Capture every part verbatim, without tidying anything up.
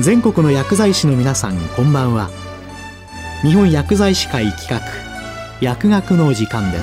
全国の薬剤師の皆さん、こんばんは。日本薬剤師会企画、薬学の時間です。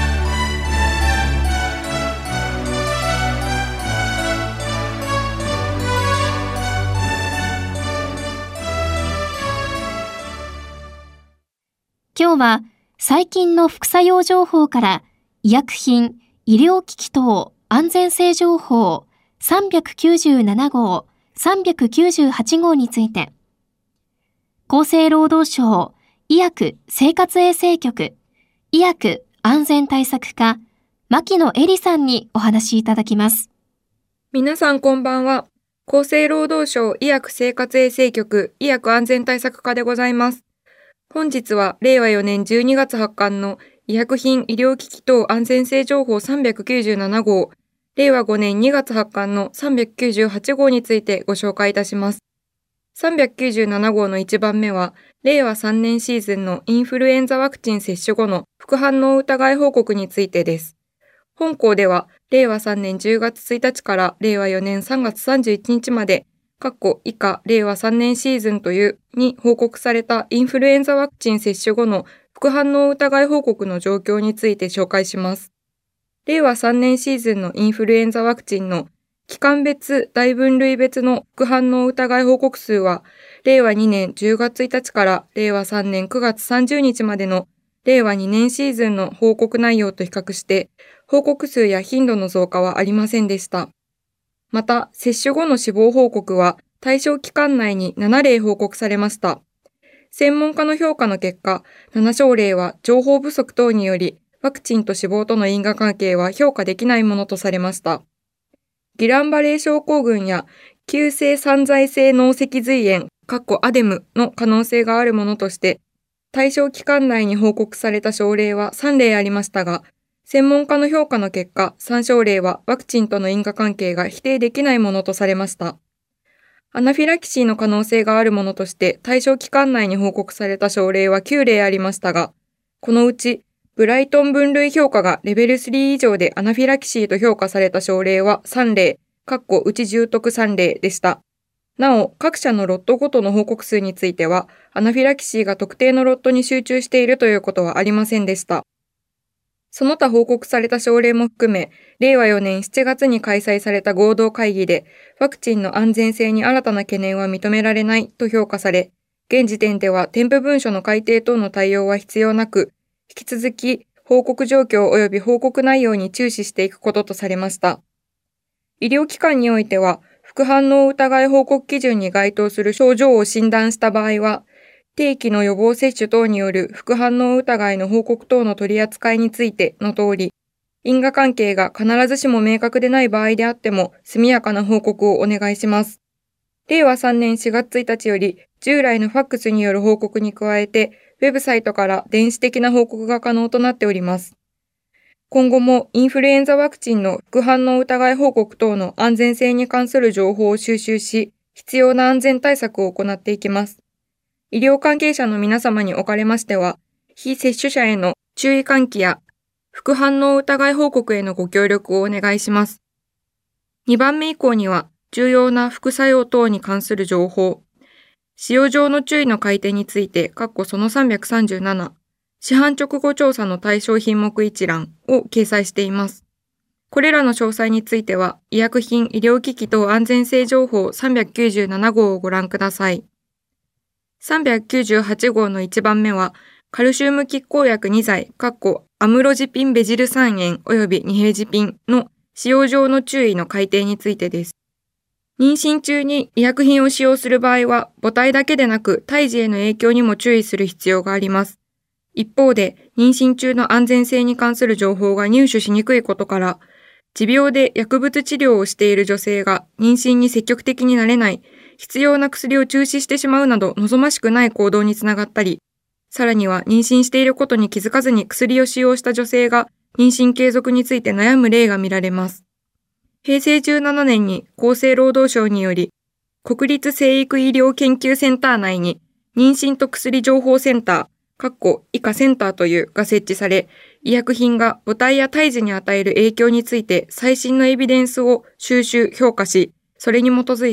今日は最近の副作用情報から医薬品、医療機器等安全性情報さんびゃくきゅうじゅうなな号、さんびゃくきゅうじゅうはち号について、厚生労働省医薬生活衛生局医薬安全対策課牧野恵里さんにお話しいただきます。 皆さんこんばんは。厚生労働省医薬生活衛生局医薬安全対策課でございます。本日はれいわよねんじゅうにがつ発刊の医薬品医療機器等安全性情報さんびゃくきゅうじゅうなな号、れいわごねんにがつ発刊のさんびゃくきゅうじゅうはち号についてご紹介いたします。さんびゃくきゅうじゅうなな号のいちばんめは、れいわさんねんシーズンのインフルエンザワクチン接種後の副反応疑い報告についてです。本項では、れいわさんねんじゅうがつついたちかられいわよねんさんがつさんじゅういちにちまで、括弧以下れいわさんねんシーズンというに報告されたインフルエンザワクチン接種後の副反応疑い報告の状況について紹介します。れいわさんねんシーズンのインフルエンザワクチンの期間別、大分類別の副反応疑い報告数は、れいわにねんじゅうがつついたちかられいわさんねんくがつさんじゅうにちまでのれいわにねんシーズンの報告内容と比較して、報告数や頻度の増加はありませんでした。また、接種後の死亡報告は対象期間内にななれい報告されました。専門家の評価の結果、なな症例は情報不足等により、ワクチンと死亡との因果関係は評価できないものとされました。ギランバレー症候群や急性散在性脳脊髄炎、括弧アデムの可能性があるものとして、対象期間内に報告された症例はさんれいありましたが、専門家の評価の結果、さん症例はワクチンとの因果関係が否定できないものとされました。アナフィラキシーの可能性があるものとして対象期間内に報告された症例はきゅうれいありましたが、このうちブライトン分類評価がレベルスリー以上でアナフィラキシーと評価された症例はさんれい、括弧うち重篤さんれいでした。なお、各社のロットごとの報告数については、アナフィラキシーが特定のロットに集中しているということはありませんでした。その他報告された症例も含め、れいわよねんしちがつに開催された合同会議で、ワクチンの安全性に新たな懸念は認められないと評価され、現時点では添付文書の改定等の対応は必要なく、引き続き報告状況及び報告内容に注視していくこととされました。医療機関においては、副反応疑い報告基準に該当する症状を診断した場合は、定期の予防接種等による副反応疑いの報告等の取り扱いについての通り、因果関係が必ずしも明確でない場合であっても速やかな報告をお願いします。れいわさんねんしがつついたちより従来のファックスによる報告に加えて、ウェブサイトから電子的な報告が可能となっております。今後もインフルエンザワクチンの副反応疑い報告等の安全性に関する情報を収集し、必要な安全対策を行っていきます。医療関係者の皆様におかれましては、非接種者への注意喚起や副反応疑い報告へのご協力をお願いします。にばんめ以降には、重要な副作用等に関する情報、使用上の注意の改定について、括弧そのさんびゃくさんじゅうなな、市販直後調査の対象品目一覧を掲載しています。これらの詳細については、医薬品医療機器等安全性情報さんびゃくきゅうじゅうなな号をご覧ください。さんびゃくきゅうじゅうはち号のいちばんめは、カルシウム拮抗薬に剤、括弧アムロジピンベジル酸塩及びニヘジピンの使用上の注意の改定についてです。妊娠中に医薬品を使用する場合は、母体だけでなく胎児への影響にも注意する必要があります。一方で、妊娠中の安全性に関する情報が入手しにくいことから、持病で薬物治療をしている女性が妊娠に積極的になれない、必要な薬を中止してしまうなど望ましくない行動につながったり、さらには妊娠していることに気づかずに薬を使用した女性が妊娠継続について悩む例が見られます。へいせいじゅうななねんに厚生労働省により、国立成育医療研究センター内に妊娠と薬情報センター、括弧以下センターというが設置され、医薬品が母体や胎児に与える影響について最新のエビデンスを収集、評価し、それに基づいて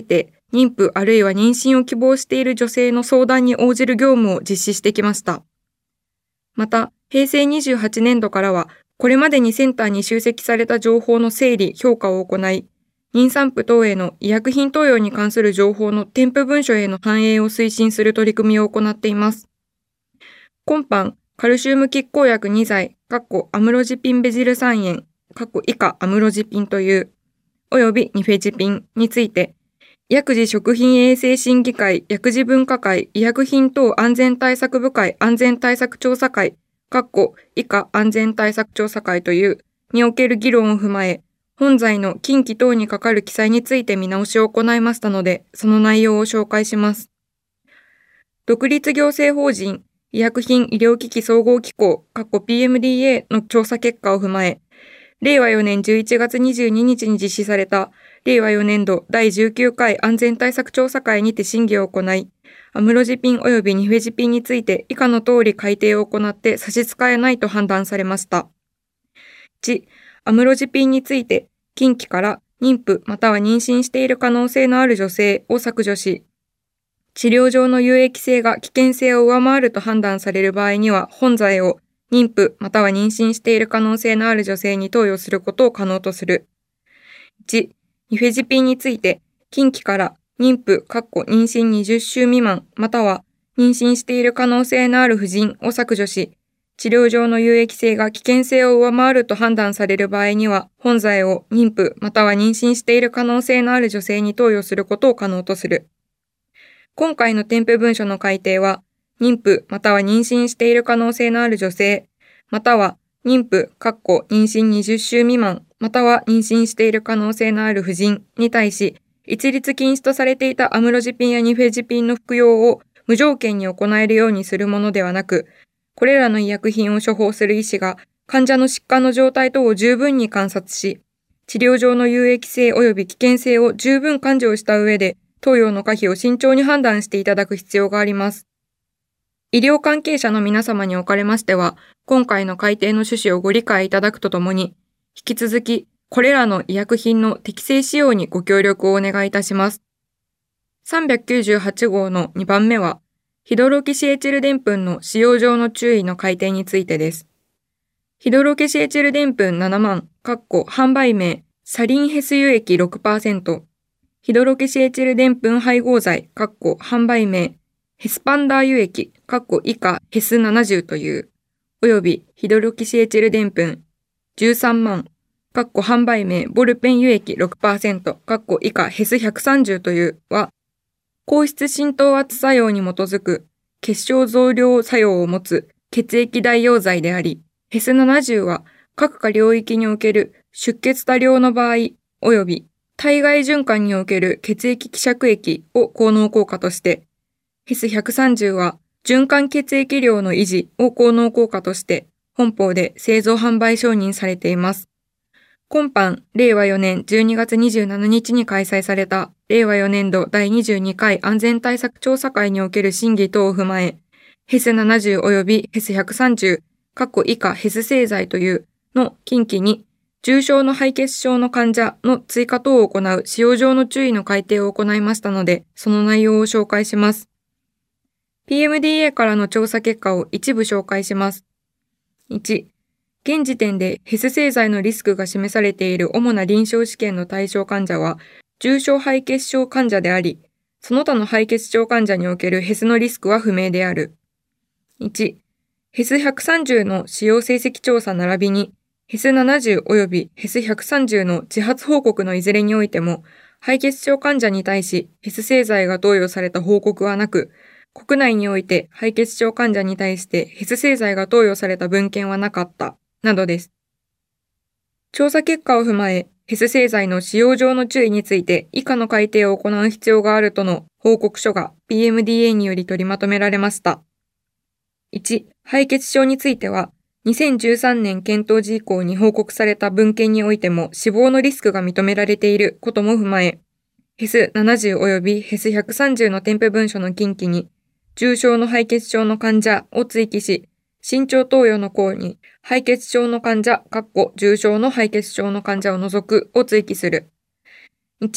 妊婦あるいは妊娠を希望している女性の相談に応じる業務を実施してきました。また、へいせいにじゅうはちねんどからは、これまでにセンターに集積された情報の整理・評価を行い、妊産婦等への医薬品投与に関する情報の添付文書への反映を推進する取り組みを行っています。今般、カルシウム拮抗薬にざい、アムロジピンベジル酸塩、以下アムロジピンという、およびニフェジピンについて、薬事食品衛生審議会、薬事分科会、医薬品等安全対策部会安全対策調査会、以下安全対策調査会という、における議論を踏まえ、本罪の禁忌等にかかる記載について見直しを行いましたので、その内容を紹介します。独立行政法人医薬品医療機器総合機構 ピーエムディーエー の調査結果を踏まえ、れいわよねんじゅういちがつにじゅうににちに実施されたれいわよねんどだいじゅうきゅうかい安全対策調査会にて審議を行い、アムロジピン及びニフェジピンについて以下の通り改定を行って差し支えないと判断されました。いち、アムロジピンについて、近畿から妊婦または妊娠している可能性のある女性を削除し、治療上の有益性が危険性を上回ると判断される場合には、本剤を妊婦または妊娠している可能性のある女性に投与することを可能とする。いち、ニフェジピンについて、近畿から妊婦妊娠にじゅっしゅう未満または妊娠している可能性のある婦人を削除し、治療上の有益性が危険性を上回ると判断される場合には、本剤を妊婦または妊娠している可能性のある女性に投与することを可能とする。今回の添付文書の改定は、妊婦または妊娠している可能性のある女性、または妊婦妊娠にじゅっしゅう未満または妊娠している可能性のある婦人に対し、一律禁止とされていたアムロジピンやニフェジピンの服用を無条件に行えるようにするものではなく、これらの医薬品を処方する医師が患者の疾患の状態等を十分に観察し、治療上の有益性及び危険性を十分勘定した上で、投与の可否を慎重に判断していただく必要があります。医療関係者の皆様におかれましては、今回の改定の趣旨をご理解いただくとともに、引き続きこれらの医薬品の適正使用にご協力をお願いいたします。さんびゃくきゅうじゅうはちごうのにばんめは、ヒドロキシエチルでんぷんの使用上の注意の改定についてです。ヒドロキシエチルでんぷんななまん、販売名、サリンヘス油液 ろくパーセント、ヒドロキシエチルでんぷん配合剤、販売名、ヘスパンダー油液、以下ヘスななじゅうという、およびヒドロキシエチルでんぷんじゅうさんまん、販売名、ボルペン油液 ろくパーセント、以下ヘスひゃくさんじゅうというは、硬質浸透圧作用に基づく結晶増量作用を持つ血液代用剤であり、ヘスななじゅうは各下領域における出血多量の場合、及び体外循環における血液希釈液を効能効果として、ヘスひゃくさんじゅうは循環血液量の維持を効能効果として、本法で製造販売承認されています。今般、れいわよねんじゅうにがつにじゅうしちにちに開催された、れいわよねんどだいにじゅうにかい安全対策調査会における審議等を踏まえ、ヘスななじゅう及びヘスひゃくさんじゅう、以下ヘス製剤というの近畿に、重症の敗血症の患者の追加等を行う使用上の注意の改定を行いましたので、その内容を紹介します。ピーエムディーエー からの調査結果を一部紹介します。いち、現時点でヘス製剤のリスクが示されている主な臨床試験の対象患者は、重症敗血症患者であり、その他の敗血症患者におけるヘスのリスクは不明である。いち、ヘスひゃくさんじゅうの使用成績調査並びに、ヘスななじゅう及びヘスひゃくさんじゅうの自発報告のいずれにおいても、敗血症患者に対しヘス製剤が投与された報告はなく、国内において敗血症患者に対してヘス製剤が投与された文献はなかった、などです。調査結果を踏まえ、ヘス製剤の使用上の注意について以下の改定を行う必要があるとの報告書が ピーエムディーエー により取りまとめられました。いち、敗血症については、にせんじゅうさんねん検討時以降に報告された文献においても死亡のリスクが認められていることも踏まえ、ヘスななじゅう及びヘスひゃくさんじゅうの添付文書の近畿に、重症の敗血症の患者を追記し、慎重投与の項に、敗血症の患者、重症の敗血症の患者を除くを追記する。いち、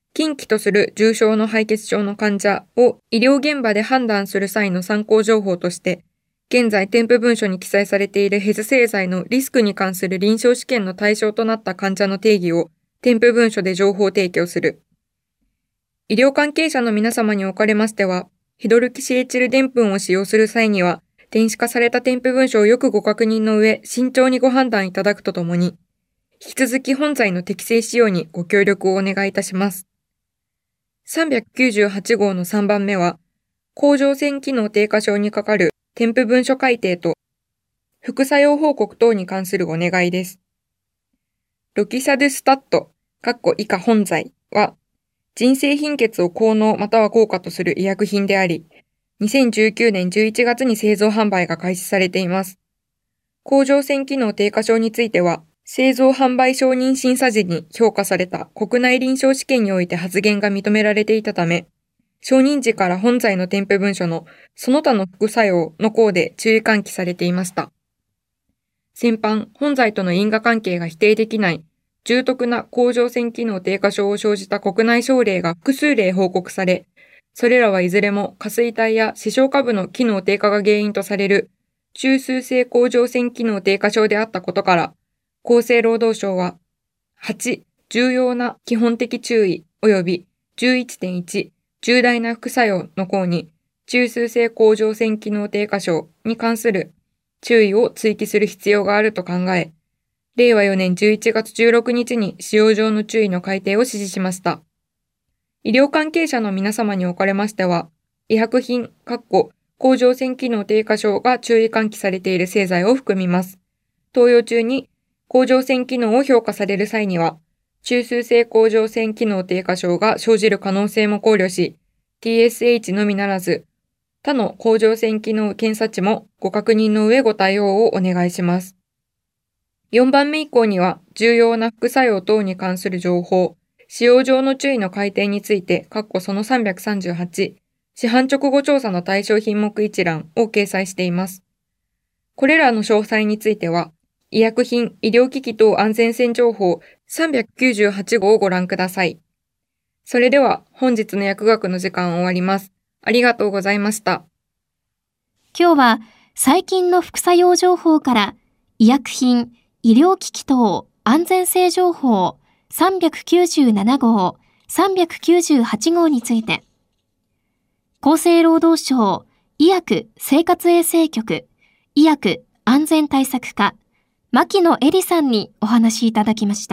近畿とする重症の敗血症の患者を医療現場で判断する際の参考情報として、現在添付文書に記載されているヘズ製剤のリスクに関する臨床試験の対象となった患者の定義を添付文書で情報提供する。医療関係者の皆様におかれましては、ヒドルキシエチルでんぷんを使用する際には、電子化された添付文書をよくご確認の上、慎重にご判断いただくとともに、引き続き本剤の適正使用にご協力をお願いいたします。さんびゃくきゅうじゅうはち号のさんばんめは、甲状腺機能低下症にかかる添付文書改定と、副作用報告等に関するお願いです。ロキサドゥスタット、以下本剤は、腎性貧血を効能または効果とする医薬品であり、にせんじゅうきゅうねんじゅういちがつに製造販売が開始されています。甲状腺機能低下症については、製造販売承認審査時に評価された国内臨床試験において発言が認められていたため、承認時から本剤の添付文書のその他の副作用の項で注意喚起されていました。先般、本剤との因果関係が否定できない重篤な甲状腺機能低下症を生じた国内症例が複数例報告され、それらはいずれも下垂体や視床下部の機能低下が原因とされる中枢性甲状腺機能低下症であったことから、厚生労働省は、はち、重要な基本的注意及び じゅういってんいち、重大な副作用の項に、中枢性甲状腺機能低下症に関する注意を追記する必要があると考え、れいわよねんじゅういちがつじゅうろくにちに使用上の注意の改定を指示しました。医療関係者の皆様におかれましては、医薬品、甲状腺機能低下症が注意喚起されている製剤を含みます。投与中に甲状腺機能を評価される際には、中枢性甲状腺機能低下症が生じる可能性も考慮し、ティーエスエイチ のみならず、他の甲状腺機能検査値もご確認の上ご対応をお願いします。よんばんめ以降には、重要な副作用等に関する情報、使用上の注意の改定について、そのさんびゃくさんじゅうはち、市販直後調査の対象品目一覧を掲載しています。これらの詳細については、医薬品、医療機器等安全性情報さんびゃくきゅうじゅうはち号をご覧ください。それでは本日の薬学の時間を終わります。ありがとうございました。 今日は最近の副作用情報から医薬品、医療機器等安全性情報さんびゃくきゅうじゅうなな号、さんびゃくきゅうじゅうはち号について、厚生労働省医薬生活衛生局医薬安全対策課牧野恵里さんにお話しいただきました。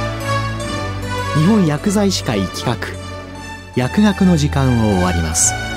日本薬剤師会企画薬学の時間を終わります。